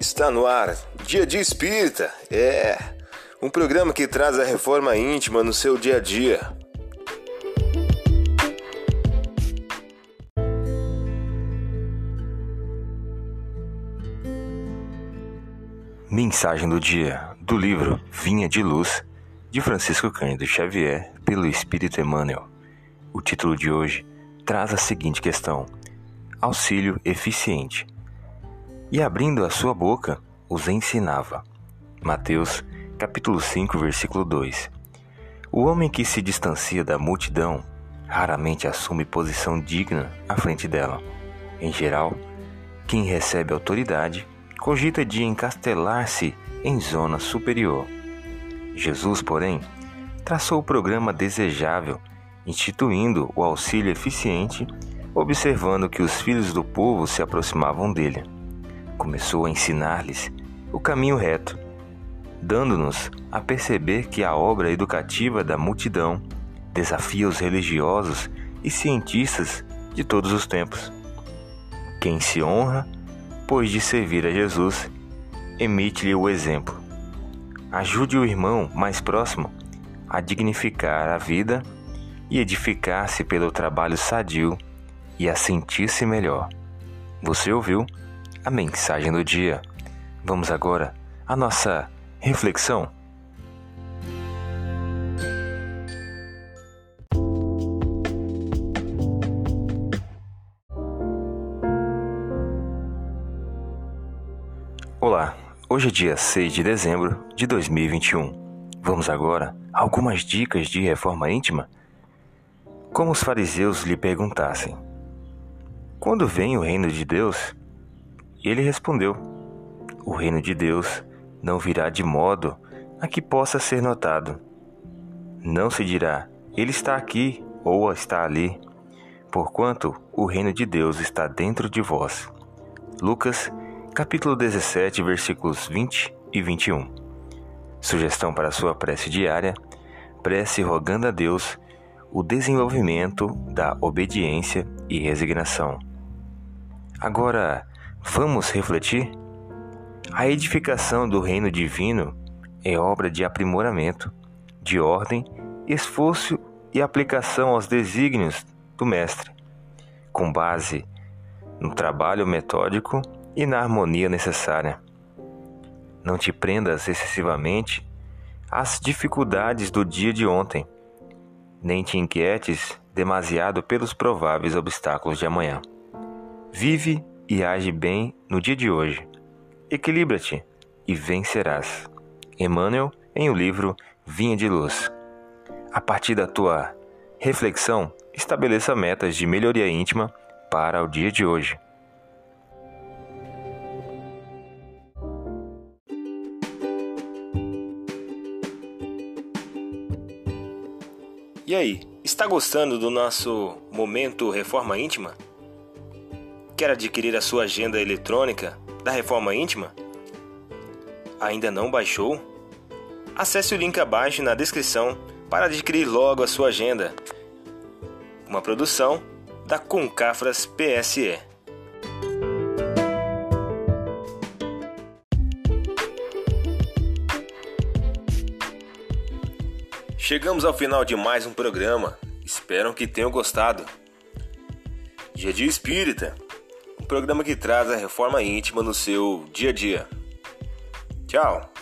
Está no ar, Dia de Espírita, um programa que traz a reforma íntima no seu dia a dia. Mensagem do dia, do livro Vinha de Luz, de Francisco Cândido Xavier, pelo Espírito Emmanuel. O título de hoje traz a seguinte questão: auxílio eficiente. E abrindo a sua boca, os ensinava. Mateus, capítulo 5, versículo 2. O homem que se distancia da multidão raramente assume posição digna à frente dela. Em geral, quem recebe autoridade cogita de encastelar-se em zona superior. Jesus, porém, traçou o programa desejável, instituindo o auxílio eficiente, observando que os filhos do povo se aproximavam dele. Começou a ensinar-lhes o caminho reto, dando-nos a perceber que a obra educativa da multidão desafia os religiosos e cientistas de todos os tempos. Quem se honra, pois de servir a Jesus, emite-lhe o exemplo. Ajude o irmão mais próximo a dignificar a vida e edificar-se pelo trabalho sadio e a sentir-se melhor. Você ouviu a mensagem do dia. Vamos agora à nossa reflexão. Olá, hoje é dia 6 de dezembro de 2021. Vamos agora a algumas dicas de reforma íntima? Como os fariseus lhe perguntassem: quando vem o reino de Deus? Ele respondeu: o reino de Deus não virá de modo a que possa ser notado. Não se dirá, ele está aqui ou está ali, porquanto o reino de Deus está dentro de vós. Lucas, capítulo 17, versículos 20 e 21. Sugestão para sua prece diária: prece rogando a Deus o desenvolvimento da obediência e resignação. Agora, vamos refletir? A edificação do reino divino é obra de aprimoramento, de ordem, esforço e aplicação aos desígnios do Mestre, com base no trabalho metódico e na harmonia necessária. Não te prendas excessivamente às dificuldades do dia de ontem, nem te inquietes demasiado pelos prováveis obstáculos de amanhã. Vive e age bem no dia de hoje. Equilibra-te e vencerás. Emmanuel, em o livro Vinha de Luz. A partir da tua reflexão, estabeleça metas de melhoria íntima para o dia de hoje. E aí, está gostando do nosso momento Reforma Íntima? Quer adquirir a sua agenda eletrônica da Reforma Íntima? Ainda não baixou? Acesse o link abaixo na descrição para adquirir logo a sua agenda. Uma produção da Concafras PSE. Chegamos ao final de mais um programa. Espero que tenham gostado. Dia de Espírita, um programa que traz a reforma íntima no seu dia a dia. Tchau!